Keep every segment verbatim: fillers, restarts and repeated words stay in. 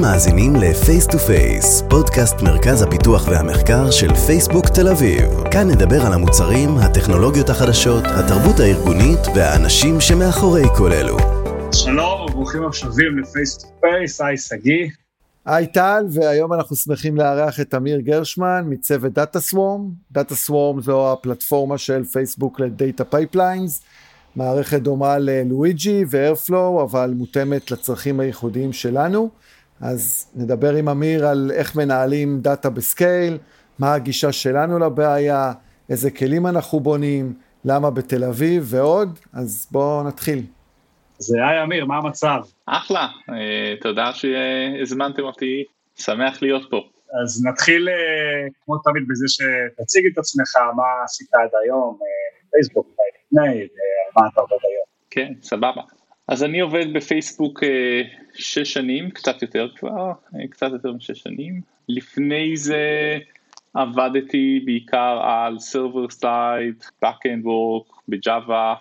מאזינים ל-Face to Face, פודקאסט מרכז הפיתוח והמחקר של פייסבוק תל אביב. כאן נדבר על המוצרים, הטכנולוגיות החדשות, התרבות הארגונית והאנשים שמאחורי כל אלו. שלום וברוכים השבים ל-Face to Face, היי סגי. היי טל, והיום אנחנו שמחים לארח את אמיר גרשמן מצוות DataSwarm. DataSwarm זו הפלטפורמה של פייסבוק לדאטה פייפליינס, מערכת דומה ללואיג'י ואיירפלואו, אבל מותאמת לצרכים הייחודיים שלנו. אז נדבר עם אמיר על איך מנהלים דאטה בסקייל, מה הגישה שלנו לבעיה, איזה כלים אנחנו בונים, למה בתל אביב ועוד. אז בואו נתחיל. זה היי אמיר, מה המצב? אחלה, תודה שהזמנתם אותי, שמח להיות פה. אז נתחיל כמו תמיד בזה שתציג את עצמך, מה עשית עד היום, פייסבוק, לפני, מה אתה עובד היום. כן, סבבה. אז אני עובד בפייסבוק שש שנים, קצת יותר כבר, קצת יותר משש שנים. לפני זה עבדתי בעיקר על server side, backend work, בג'אווה,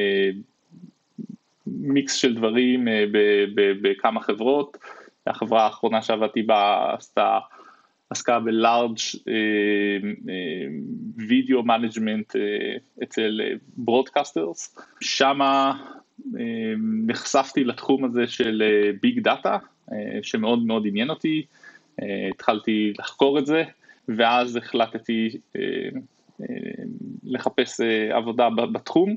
מיקס של דברים בכמה חברות. החברה האחרונה שעבדתי בה עשתה, עסקה בלארג' וידאו מנג'מנט אצל ברודקאסטרס. שמה נחשפתי לתחום הזה של ביג דאטה, שמאוד מאוד עניין אותי. התחלתי לחקור את זה, ואז החלטתי לחפש עבודה בתחום,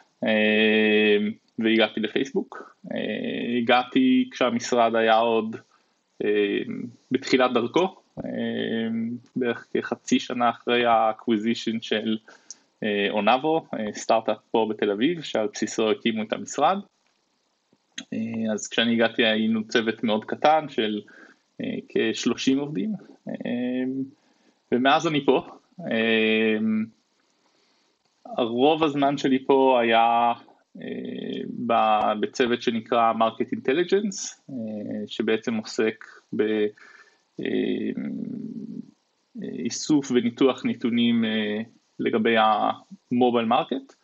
והגעתי לפייסבוק. הגעתי כשהמשרד היה עוד בתחילת דרכו, בערך כחצי שנה אחרי האקוויזישן של אונאבו, סטארט-אפ פה בתל אביב, שעל בסיסו הקימו את המשרד. אז כשאני הגעתי היינו צוות מאוד קטן של כ-שלושים עובדים, ומאז אני פה. הרוב הזמן שלי פה היה בצוות שנקרא Market Intelligence, שבעצם עוסק באיסוף וניתוח נתונים לגבי המוביל מרקט.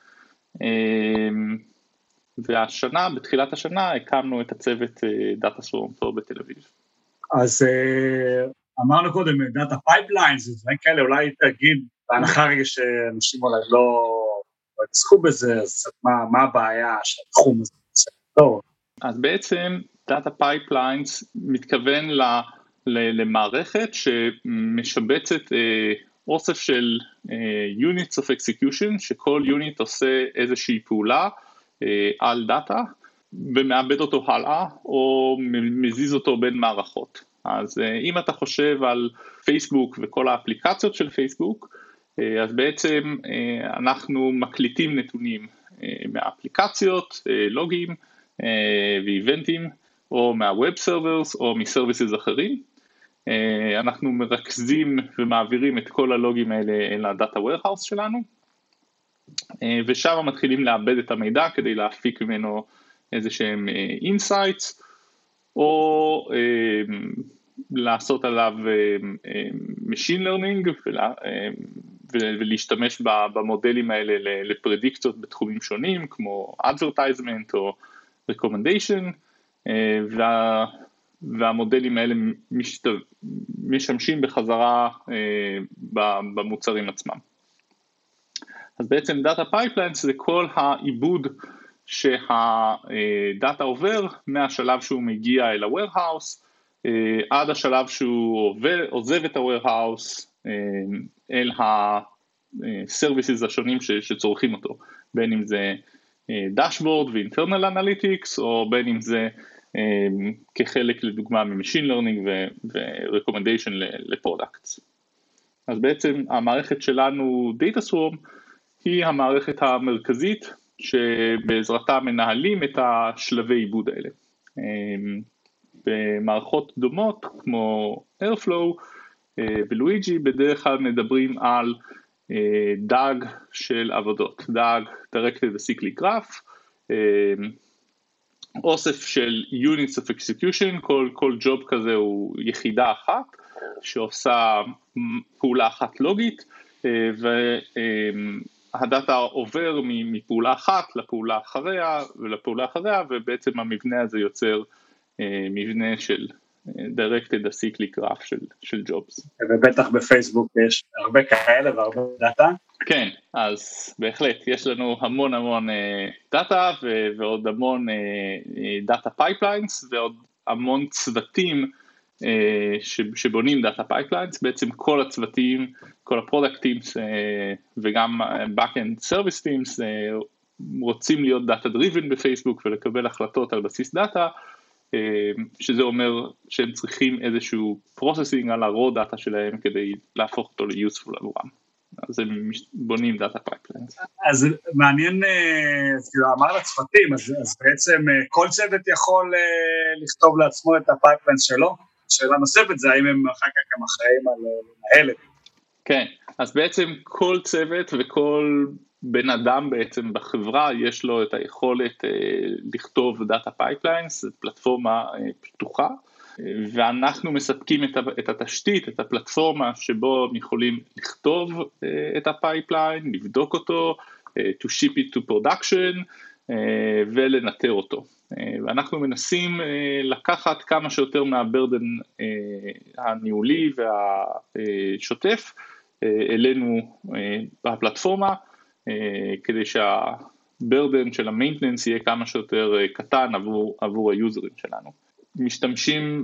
והשנה, בתחילת השנה, הקמנו את הצוות DataSwarm פה בתל אביב. אז אמרנו קודם, דאטה פייפליינס, דברים כאלה, אולי תגיד, בהנחה רגע שאנשים אולי לא התעסקו בזה, אז מה, מה הבעיה של התחום הזה? טוב. אז בעצם, דאטה פייפליינס מתכוון ל, ל, למערכת שמשבצת אוסף של units of execution, שכל unit עושה איזושהי פעולה על דאטה, ומאבד אותו הלאה, או מזיז אותו בין מערכות. אז אם אתה חושב על פייסבוק וכל האפליקציות של פייסבוק, אז בעצם אנחנו מקליטים נתונים מהאפליקציות, לוגים ואיבנטים, או מהווב סרברס, או מסרוויסס אחרים. אנחנו מרכזים ומעבירים את כל הלוגים האלה אל הדאטה ווירהאוס שלנו, ושם מתחילים לאבד את המידע כדי להפיק ממנו איזה שהם אינסייטס, או לעשות עליו Machine Learning, ולהשתמש במודלים האלה לפרדיקציות בתחומים שונים, כמו Advertisement או Recommendation, וה... והמודלים האלה משמשים בחזרה במוצרים עצמם. אז בעצם דאטה פייפליינס זה כל העיבוד שהדאטה עובר מהשלב שהוא מגיע אל ה-warehouse, עד השלב שהוא עוזב את ה-warehouse אל ה-services השונים שצורכים אותו, בין אם זה dashboard ו-internal analytics, או בין אם זה כחלק לדוגמה מ-machine learning ו-recommendation ל-products. אז בעצם המערכת שלנו, DataSwarm, היא המערכת המרכזית שבעזרתה מנהלים את השלבי עיבוד האלה. במערכות דומות כמו Airflow ולואיג'י בדרך כלל מדברים על דאג של עבודות, דאג Directed Acyclic Graph, אוסף של units of execution, כל, כל ג'וב כזה הוא יחידה אחת, שעושה פעולה אחת לוגית, והדאטה עובר מפעולה אחת לפעולה אחריה, ולפעולה אחריה, ובעצם המבנה הזה יוצר מבנה של directed acyclic graph של, של jobs. ובטח בפייסבוק יש הרבה כאלה והרבה דאטה. כן, אז בהחלט, יש לנו המון המון דאטה ועוד המון דאטה פייפליינס ועוד המון צוותים שבונים דאטה פייפליינס, בעצם כל הצוותים, כל הפרודקט טימס וגם backend service teams רוצים להיות דאטה דריבן בפייסבוק ולקבל החלטות על בסיס דאטה, שזה אומר שהם צריכים איזשהו פרוססינג על ה-raw דאטה שלהם כדי להפוך אותו ל-useful עבורם. אז הם בונים דאטה פייפליינס. אז מעניין, אמר לצוותים, אז, אז בעצם כל צוות יכול לכתוב לעצמו את הפייפליינס שלו? שאלה נוספת זה האם הם אחר כך גם אחראים על לנהל את זה. כן, אז בעצם כל צוות וכל בן אדם בעצם בחברה יש לו את היכולת לכתוב דאטה פייפליינס, פלטפורמה פתוחה, ואנחנו מספקים את התשתית, את הפלטפורמה שבו הם יכולים לכתוב את הפייפליין, לבדוק אותו, to ship it to production, ולנטר אותו. ואנחנו מנסים לקחת כמה שיותר מהברדן הניהולי והשוטף אלינו בפלטפורמה, כדי שהברדן של המיינטננס יהיה כמה שיותר קטן עבור, עבור היוזרים שלנו. משתמשים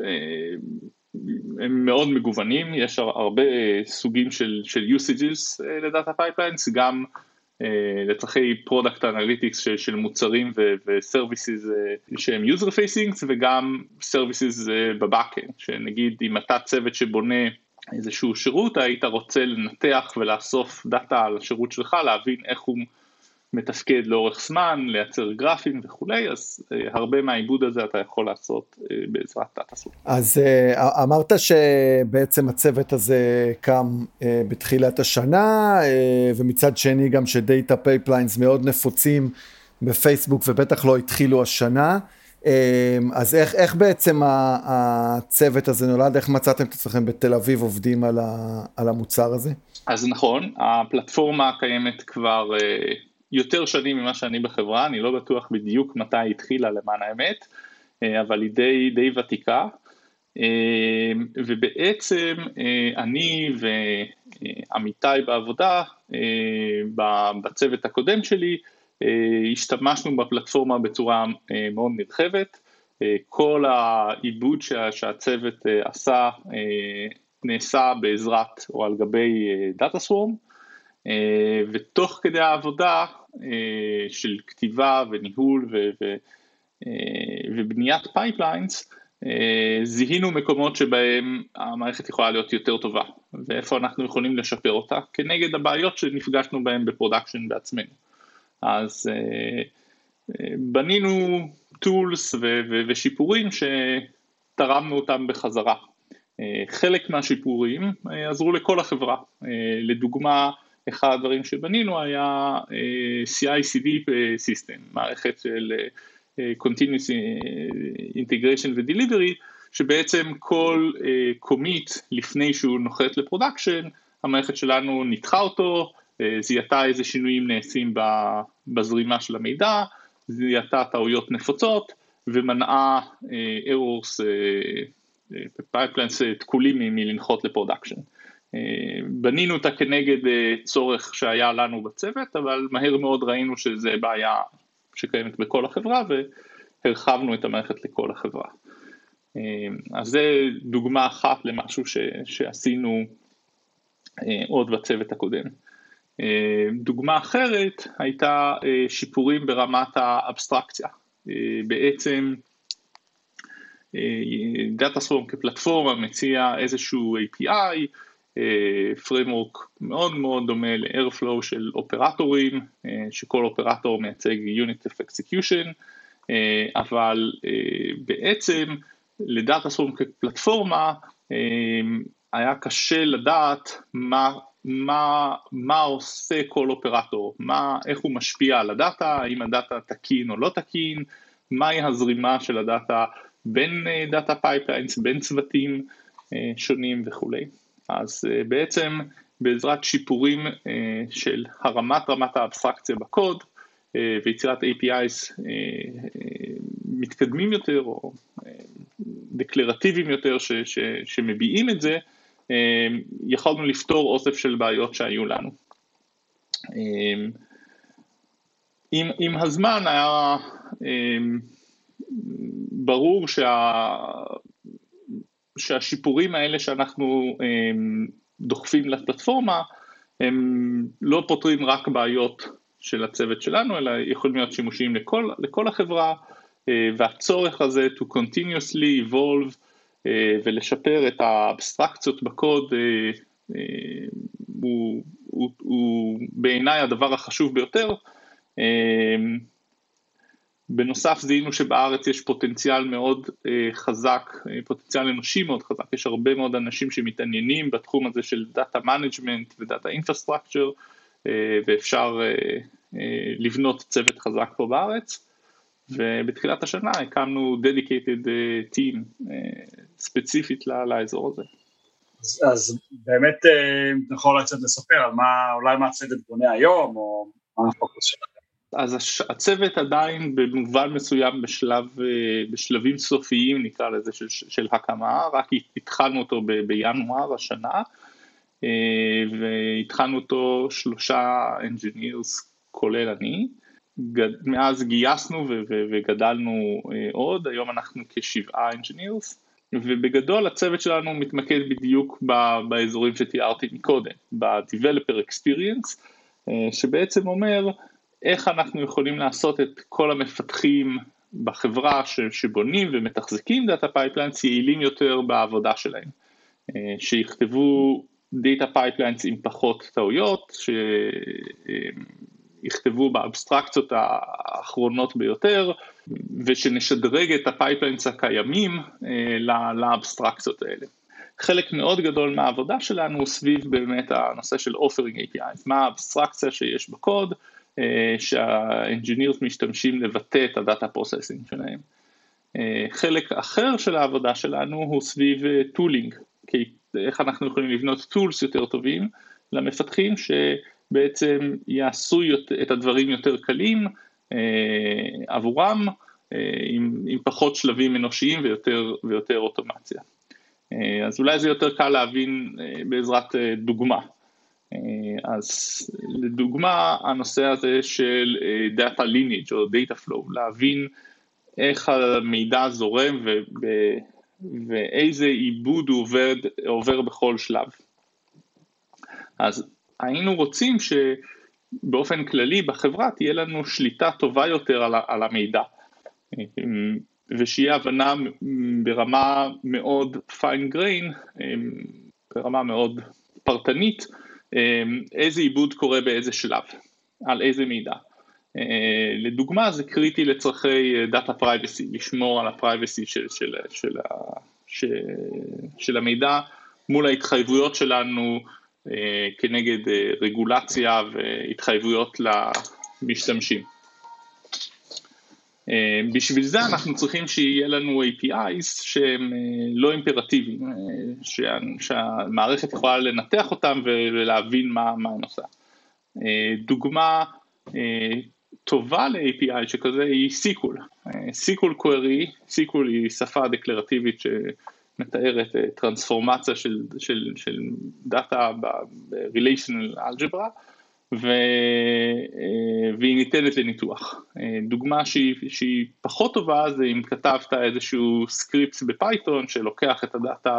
הם מאוד מגוונים, יש הרבה סוגים של, של usages לדאטה פייפליינס, גם לצרכי פרודקט אנליטיקס של, של מוצרים ו-services שהם user facing, וגם services בבאקאנד, שנגיד אם אתה צוות שבונה איזשהו שירות, היית רוצה לנתח ולאסוף דאטה על השירות שלך, להבין איך הוא מתפקד לאורך זמן, לייצר גרפים וכולי, אז הרבה מהעיבוד הזה אתה יכול לעשות בעזרת דאטה סורס. אז אמרת שבעצם הצוות הזה קם בתחילת השנה, ומצד שני גם שדאטה פייפליינס מאוד נפוצים בפייסבוק, ובטח לא התחילו השנה, אז איך, איך בעצם הצוות הזה נולד, איך מצאתם את עצמכם בתל אביב עובדים על, ה, על המוצר הזה? אז נכון, הפלטפורמה קיימת כבר יותר שנים ממה שאני בחברה, אני לא בטוח בדיוק מתי היא התחילה למען האמת, אבל היא די, די ותיקה, ובעצם אני ועמיתי בעבודה, בצוות הקודם שלי, השתמשנו בפלטפורמה בצורה מאוד נרחבת, כל העיבוד שהצוות עשה נעשה בעזרת או על גבי דאטה סוורם, ותוך כדי העבודה של כתיבה וניהול ובניית פייפליינס, זיהינו מקומות שבהם המערכת יכולה להיות יותר טובה, ואיפה אנחנו יכולים לשפר אותה, כנגד הבעיות שנפגשנו בהם בפרודקשן בעצמנו. אז בנינו טולס ושיפורים שתרמנו אותם בחזרה. חלק מהשיפורים עזרו לכל החברה. לדוגמה, אחד הדברים שבנינו היה סי איי סי די System, מערכת של Continuous Integration ו-Delivery, שבעצם כל קומיט לפני שהוא נוחת לפרודקשן, המערכת שלנו ניתחה אותו, זיהתה איזה שינויים נעשים בזרימה של המידע, זיהתה טעויות נפוצות, ומנעה errors, pipelines תקולים מלנחות לפרודקשן. בנינו אותה כנגד צורך שהיה לנו בצוות, אבל מהר מאוד ראינו שזה בעיה שקיימת בכל החברה, והרחבנו את המערכת לכל החברה. אז זה דוגמה אחת למשהו ש, שעשינו עוד בצוות הקודם. דוגמה אחרת הייתה שיפורים ברמת האבסטרקציה. בעצם דאטה סוורם כפלטפורמה מציע איזשהו איי פי איי, framework מאוד מאוד דומה ל-Airflow של אופרטורים, שכל אופרטור מייצג Unit of Execution, אבל בעצם לדאטה סוורם כפלטפורמה היה קשה לדעת מה, מה, מה עושה כל אופרטור, מה, איך הוא משפיע על הדאטה, האם הדאטה תקין או לא תקין, מהי הזרימה של הדאטה בין דאטה פייפליינס, בין צוותים שונים וכו'. אז בעצם בעזרת שיפורים של הרמת רמת האבסטרקציה בקוד, ויצירת איי פי איז מתקדמים יותר, או דקלרטיביים יותר ש, ש, שמביעים את זה, יכולנו לפתור אוסף של בעיות שהיו לנו. עם, עם הזמן היה ברור שה, שהשיפורים האלה שאנחנו דוחפים לפלטפורמה, הם לא פותרים רק בעיות של הצוות שלנו, אלא יכולים להיות שימושיים לכל, לכל החברה, והצורך הזה to continuously evolve ולשפר את האבסטרקציות בקוד, הוא, הוא, הוא בעיניי הדבר החשוב ביותר. בנוסף זיהינו שבארץ יש פוטנציאל מאוד חזק, פוטנציאל אנושי מאוד חזק, יש הרבה מאוד אנשים שמתעניינים בתחום הזה של דאטה מנג'מנט ודאטה אינפרסטרקצ'ר, ואפשר לבנות צוות חזק פה בארץ, ובתחילת השנה הקמנו dedicated team ספציפית לאזור הזה. אז, אז באמת אתה יכול קצת לספר על מה, אולי מה הצוות בונה היום, או מה הפוקוס שלכם? אז הצוות עדיין במובן מסוים בשלב, בשלבים סופיים נקרא לזה של, של הקמה, רק התחלנו אותו ב, בינואר השנה, והתחלנו אותו שלושה engineers כולל אני, מאז גייסנו וגדלנו עוד, היום אנחנו כשבעה engineers, ובגדול הצוות שלנו מתמקד בדיוק באזורים שתיארתי מקודם, ב-developer experience, שבעצם אומר איך אנחנו יכולים לעשות את כל המפתחים בחברה שבונים ומתחזקים דאטה פייפליינס יעילים יותר בעבודה שלהם, שיכתבו דאטה פייפליינס עם פחות טעויות, שיכתבו באבסטרקציות האחרונות ביותר, ושנשדרג את הפייפליינס הקיימים לאבסטרקציות האלה. חלק מאוד גדול מהעבודה שלנו הוא סביב באמת הנושא של offering איי פי איז, מה האבסטרקציה שיש בקוד, שהאנג'ינירס משתמשים לבטא את הדאטה פרוססינג שלהם. חלק אחר של העבודה שלנו הוא סביב טולינג, כי איך אנחנו יכולים לבנות טולס יותר טובים למפתחים שבעצם יעשו את הדברים יותר קלים עבורם, עם, עם פחות שלבים אנושיים ויותר, ויותר אוטומציה. אז אולי זה יותר קל להבין בעזרת דוגמה. אז לדוגמה הנושא הזה של Data Lineage או Data Flow, להבין איך המידע זורם וב, ואיזה עיבוד הוא עובד, עובר בכל שלב. אז היינו רוצים שבאופן כללי בחברה תהיה לנו שליטה טובה יותר על, על המידע, ושיהיה הבנה ברמה מאוד fine grain, ברמה מאוד פרטנית, איזה עיבוד קורה באיזה שלב, על איזה מידע. לדוגמה, זה קריטי לצרכי דאטה פרייבסי, לשמור על הפרייבסי של, של, של, של, של המידע, מול ההתחייבויות שלנו כנגד רגולציה והתחייבויות למשתמשים. בשביל זה אנחנו צריכים שיהיה לנו איי פי איז שהם לא אימפרטיביים, שהמערכת יכולה לנתח אותם ולהבין מה, מה הנושא. דוגמה טובה ל-איי פי איי שכזה היא סיקול. סיקול קווירי, סיקול היא שפה דקלרטיבית שמתארת טרנספורמציה של, של, של דאטה ב-relational algebra, והיא ניתנת לניתוח. דוגמה שהיא, שהיא פחות טובה זה אם כתבת איזשהו סקריפט בפייתון שלוקח את הדאטה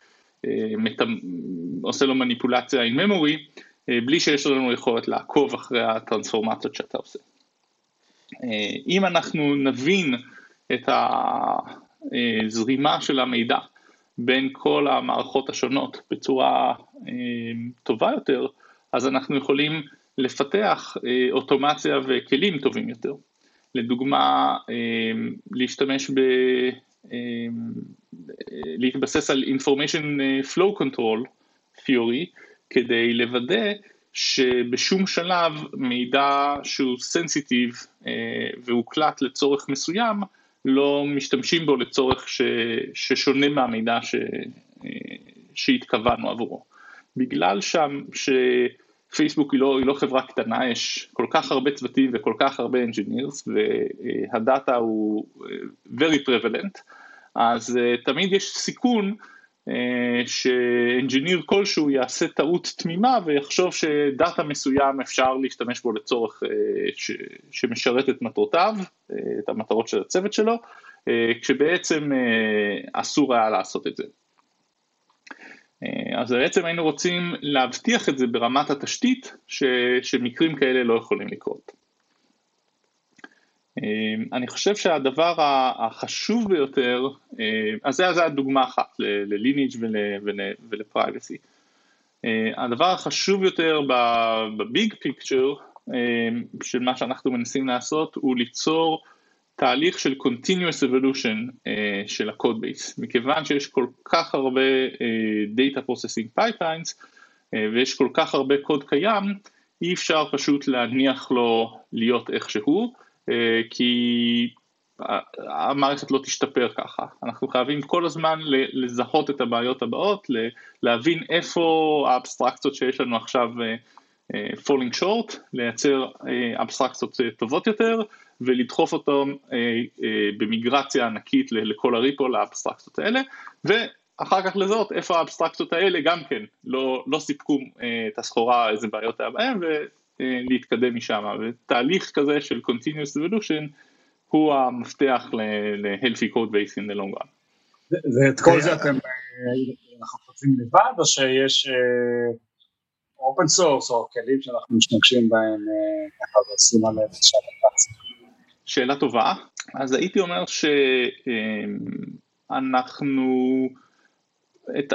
ועושה לו מניפולציה in memory, בלי שיש לנו יכולת לעקוב אחרי הטרנספורמציות שאתה עושה. אם אנחנו נבין את הזרימה של המידע בין כל המערכות השונות בצורה טובה יותר, אז אנחנו יכולים לפתח אוטומציה וכלים טובים יותר. לדוגמה, להשתמש ב... להתבסס על Information Flow Control Theory, כדי לוודא שבשום שלב מידע שהוא סנסיטיב והוא קלט לצורך מסוים, לא משתמשים בו לצורך ש... ששונה מהמידע ש... שהתכוונו עבורו. בגלל שם שפייסבוק היא לא, היא לא חברה קטנה, יש כל כך הרבה צוותים וכל כך הרבה engineers, והדאטה הוא very prevalent, אז תמיד יש סיכון שאנג'יניר כלשהו יעשה טעות תמימה ויחשוב שדאטה מסוים אפשר להשתמש בו לצורך שמשרת את מטרותיו, את המטרות של הצוות שלו, כשבעצם אסור היה לעשות את זה. אז בעצם היינו רוצים להבטיח את זה ברמת התשתית, שמקרים כאלה לא יכולים לקרות. אני חושב שהדבר החשוב ביותר, אז זה הדוגמה אחת לליניג' ולפרייבסי. הדבר החשוב יותר בביג פיקצ'ר של מה שאנחנו מנסים לעשות הוא ליצור תהליך של continuous evolution של הקוד בייס, מכיוון שיש כל כך הרבה data processing pipelines ויש כל כך הרבה קוד קיים, אי אפשר פשוט להניח לו להיות איך שהוא, כי המערכת לא תשתפר ככה. אנחנו חייבים כל הזמן לזהות את הבעיות הבאות, להבין איפה האבסטרקציות שיש לנו עכשיו falling short, לייצר אבסטרקציות טובות יותר, ולדחוף אותם במיגרציה ענקית לכל הריפו לאבסטרקציות האלה, ואחר כך לזהות איפה האבסטרקציות האלה גם כן לא, לא סיפקו את הסחורה, איזה בעיות היה בהם, ולהתקדם משם. ותהליך כזה של continuous evolution הוא המפתח ל-healthy code base in the long run. ואת כל זה אתם, אנחנו חוצים לבד, או שיש open source או כלים שאנחנו משתמשים בהם ככה ועושים עליהם עכשיו אפליקציה? שאלה טובה. אז הייתי אומר שאנחנו, את,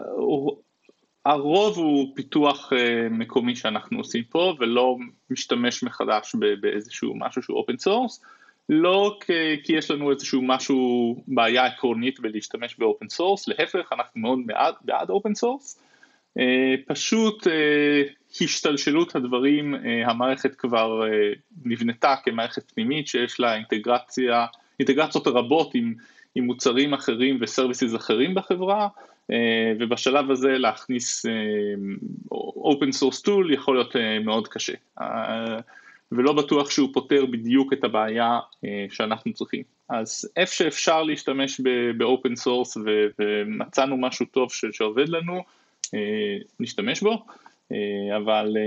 הרוב הוא פיתוח מקומי שאנחנו עושים פה, ולא משתמש מחדש באיזשהו משהו שהוא open source, לא כי יש לנו איזשהו משהו, בעיה עקרונית בלהשתמש באופן סורס, להפך, אנחנו מאוד בעד, בעד אופן סורס, פשוט השתלשלות הדברים, המערכת כבר נבנתה כמערכת פנימית שיש לה אינטגרציה, אינטגרציות רבות עם, עם מוצרים אחרים וסרוויסים אחרים בחברה, ובשלב הזה להכניס open source tool יכול להיות מאוד קשה, ולא בטוח שהוא פותר בדיוק את הבעיה שאנחנו צריכים. אז איפה שאפשר להשתמש באופן סורס ומצאנו משהו טוב שעובד לנו, נשתמש בו, אבל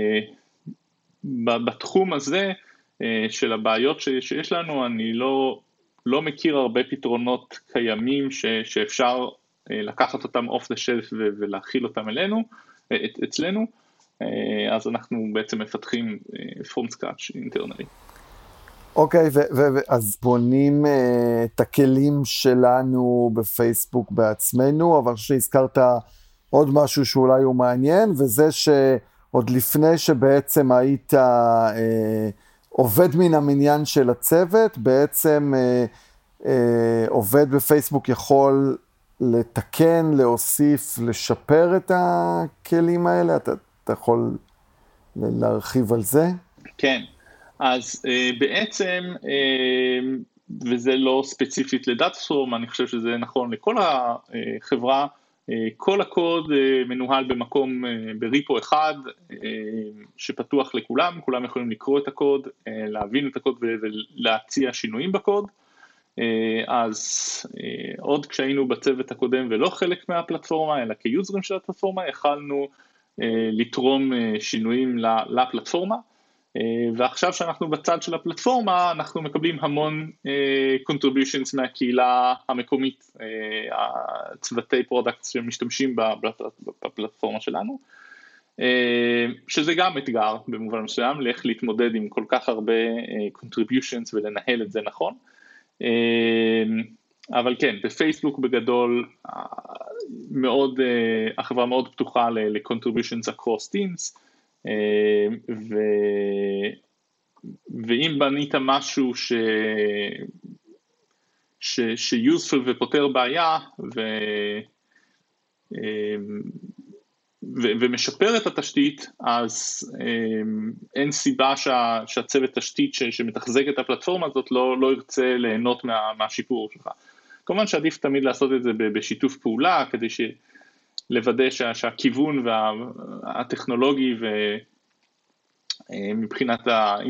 בתחום הזה של הבעיות שיש לנו, אני לא, לא מכיר הרבה פתרונות קיימים שאפשר לקחת אותם off the shelf ולהכיל אותם אלינו, אצלנו, אז אנחנו בעצם מפתחים from scratch internally. אוקיי, אז בונים את הכלים שלנו בפייסבוק בעצמנו, אבל שהזכרת עוד משהו שאולי הוא מעניין, וזה שעוד לפני שבעצם היית עובד מן המניין של הצוות, בעצם עובד בפייסבוק יכול לתקן, להוסיף, לשפר את הכלים האלה? אתה, אתה יכול להרחיב על זה? כן, אז uh, בעצם, uh, וזה לא ספציפית לדאטסוורם, אני חושב שזה נכון לכל החברה, uh, כל הקוד uh, מנוהל במקום, uh, בריפו אחד, uh, שפתוח לכולם, כולם יכולים לקרוא את הקוד, uh, להבין את הקוד ולהציע שינויים בקוד, אז עוד כשהיינו בצוות הקודם ולא חלק מהפלטפורמה, אלא כיוזרים של הפלטפורמה, יכלנו לתרום שינויים לפלטפורמה, ועכשיו שאנחנו בצד של הפלטפורמה, אנחנו מקבלים המון contributions מהקהילה המקומית, הצוותי פרודקט שמשתמשים בפלטפורמה שלנו, שזה גם אתגר במובן מסוים, לאיך להתמודד עם כל כך הרבה contributions ולנהל את זה נכון, אבל כן, בפייסבוק בגדול, מאוד, החברה מאוד פתוחה ל-contributions across teams, ו, ואם בנית משהו ש, ש, ש-useful ופותר בעיה, ו, ו, ומשפר את התשתית, אז אין סיבה שה, שהצוות תשתית ש, שמתחזק את הפלטפורמה הזאת לא, לא ירצה ליהנות מה, מהשיפור שלך. כמובן שעדיף תמיד לעשות את זה בשיתוף פעולה, כדי לוודא שה, שהכיוון והטכנולוגי ומבחינת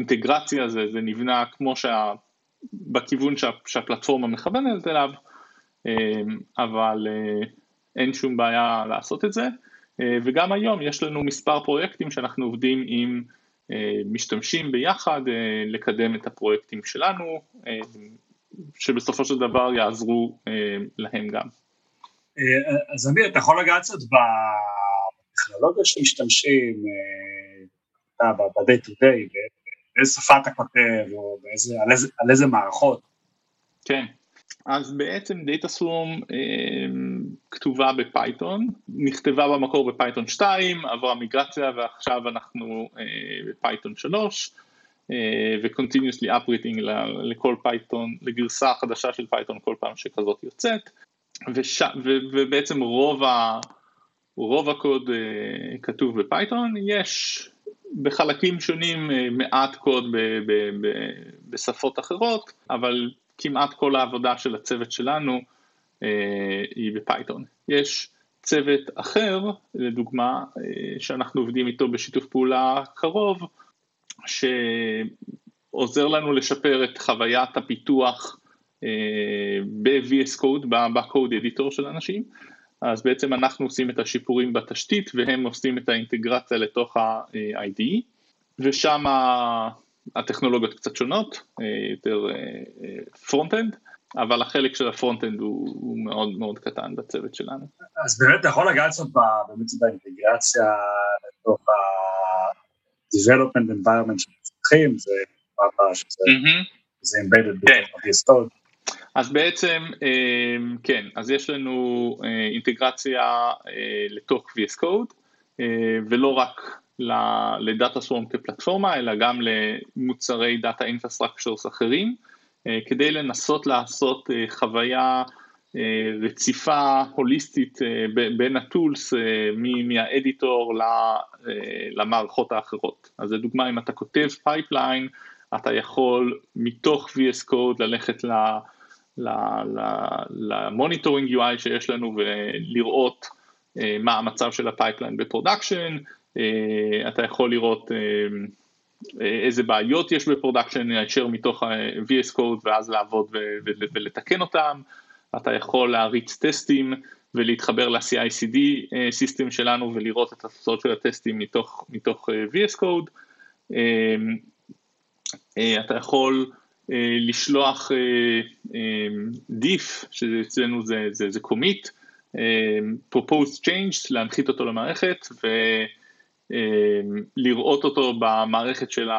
האינטגרציה זה, זה נבנה כמו שה, בכיוון שה, שהפלטפורמה מכוונת אליו, אבל אין שום בעיה לעשות את זה, וגם היום יש לנו מספר פרויקטים שאנחנו עובדים עם משתמשים ביחד לקדם את הפרויקטים שלנו, שבסופו של דבר יעזרו להם גם. אז אמיר, אתה יכול לגעת קצת בטכנולוגיה שמשתמשים ב-day to day, באיזה שפה אתה כותב, או באיזה, על, איזה, על איזה מערכות? כן, אז בעצם DataSwarm כתובה בפייתון, נכתבה במקור בפייתון שתיים, עברה מיגרציה ועכשיו אנחנו בפייתון שלוש, ו-continuously updating לכל פייתון, לגרסה החדשה של פייתון כל פעם שכזאת יוצאת, וש... ו... ובעצם רוב, ה... רוב הקוד כתוב בפייתון, יש בחלקים שונים מעט קוד ב... ב... ב... בשפות אחרות, אבל כמעט כל העבודה של הצוות שלנו היא בפייתון. יש צוות אחר, לדוגמה, שאנחנו עובדים איתו בשיתוף פעולה קרוב, שעוזר לנו לשפר את חוויית הפיתוח ב-וי אס Code, בקוד אדיטור של אנשים, אז בעצם אנחנו עושים את השיפורים בתשתית, והם עושים את האינטגרציה לתוך ה-איי די אי, ושם הטכנולוגיות קצת שונות, יותר פרונט-אנד, אבל החלק של הפרונט-אנד הוא, הוא מאוד מאוד קטן בצוות שלנו. אז באמת אתה יכול לגעת קצת באמת באינטגרציה לתוך ה-development environment שמפתחים, זה פעם שזה, זה embedded בתוך וי אס Code. אז בעצם, כן, אז יש לנו אינטגרציה לתוך וי אס Code, ולא רק לדאטה-סוורם כפלטפורמה, אלא גם למוצרי דאטה אינפרסטרקצ'רס אחרים, כדי לנסות לעשות חוויה רציפה, הוליסטית בין הטולס, מהאדיטור למערכות האחרות. אז לדוגמה, אם אתה כותב פייפליין, אתה יכול מתוך וי אס Code ללכת למוניטורינג יו איי שיש לנו ולראות מה המצב של הפייפליין בפרודקשן, אתה יכול לראות איזה בעיות יש בפרודקשן, הישר מתוך וי אס Code ואז לעבוד ולתקן אותם, אתה יכול להריץ טסטים ולהתחבר ל-סי איי סי די סיסטם שלנו ולראות את התוצאות של הטסטים מתוך, מתוך וי אס Code, אתה יכול לשלוח דיף, שאצלנו זה, זה, זה commit, proposed change, להנחית אותו למערכת, ולראות אותו במערכת של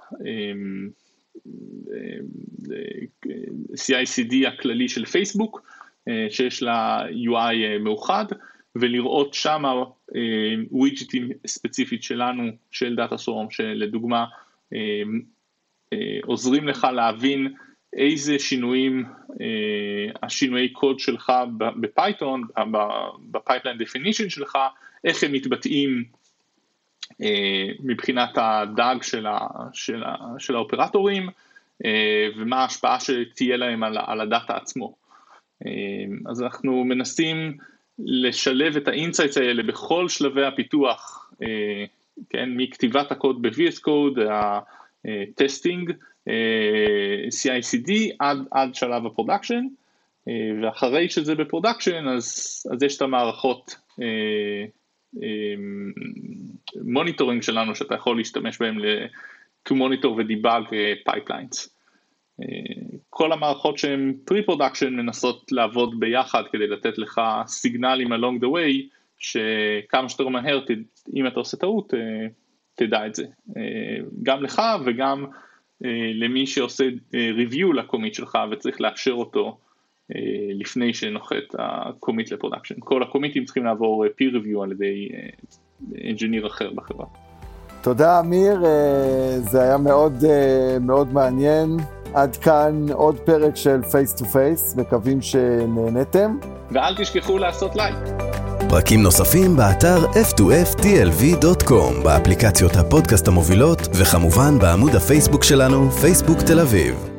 ה-סי איי סי די הכללי של פייסבוק, שיש לה יו איי מאוחד, ולראות שמה ווידג'טים ספציפית שלנו, של DataSwarm, שלדוגמה, עוזרים לך להבין איזה שינויים, השינויי קוד שלך בפייתון, בפייפליין דפינישן שלך, איך הם מתבטאים מבחינת הדאג של, ה, של, ה, של האופרטורים, ומה ההשפעה שתהיה להם על, על הדאטה עצמו. אז אנחנו מנסים לשלב את האינסייטס האלה בכל שלבי הפיתוח, כן, מכתיבת הקוד ב-וי אס Code, טסטינג, סי איי סי די עד, עד שלב הפרודקשן, ואחרי שזה בפרודקשן, אז, אז יש את המערכות מוניטורינג שלנו, שאתה יכול להשתמש בהם to monitor ודיבאג pipelines. כל המערכות שהן pre-production מנסות לעבוד ביחד, כדי לתת לך סיגנלים along the way, שכמה שיותר מהר, אם אתה עושה טעות, תדע את זה. גם לך וגם למי שעושה review לקומיט שלך, וצריך לאפשר אותו לפני שנוחת הקומיט לפרודקשן. כל הקומיטים צריכים לעבור peer review על ידי אנג'יניר אחר בחברה. תודה אמיר, זה היה מאוד מאוד מעניין. עד כאן עוד פרק של Face to Face, מקווים שנהנתם. ואל תשכחו לעשות לייק. פרקים נוספים באתר אף טו אף טי אל וי דוט קום, באפליקציות הפודקאסט המובילות, וכמובן בעמוד הפייסבוק שלנו, פייסבוק תל אביב.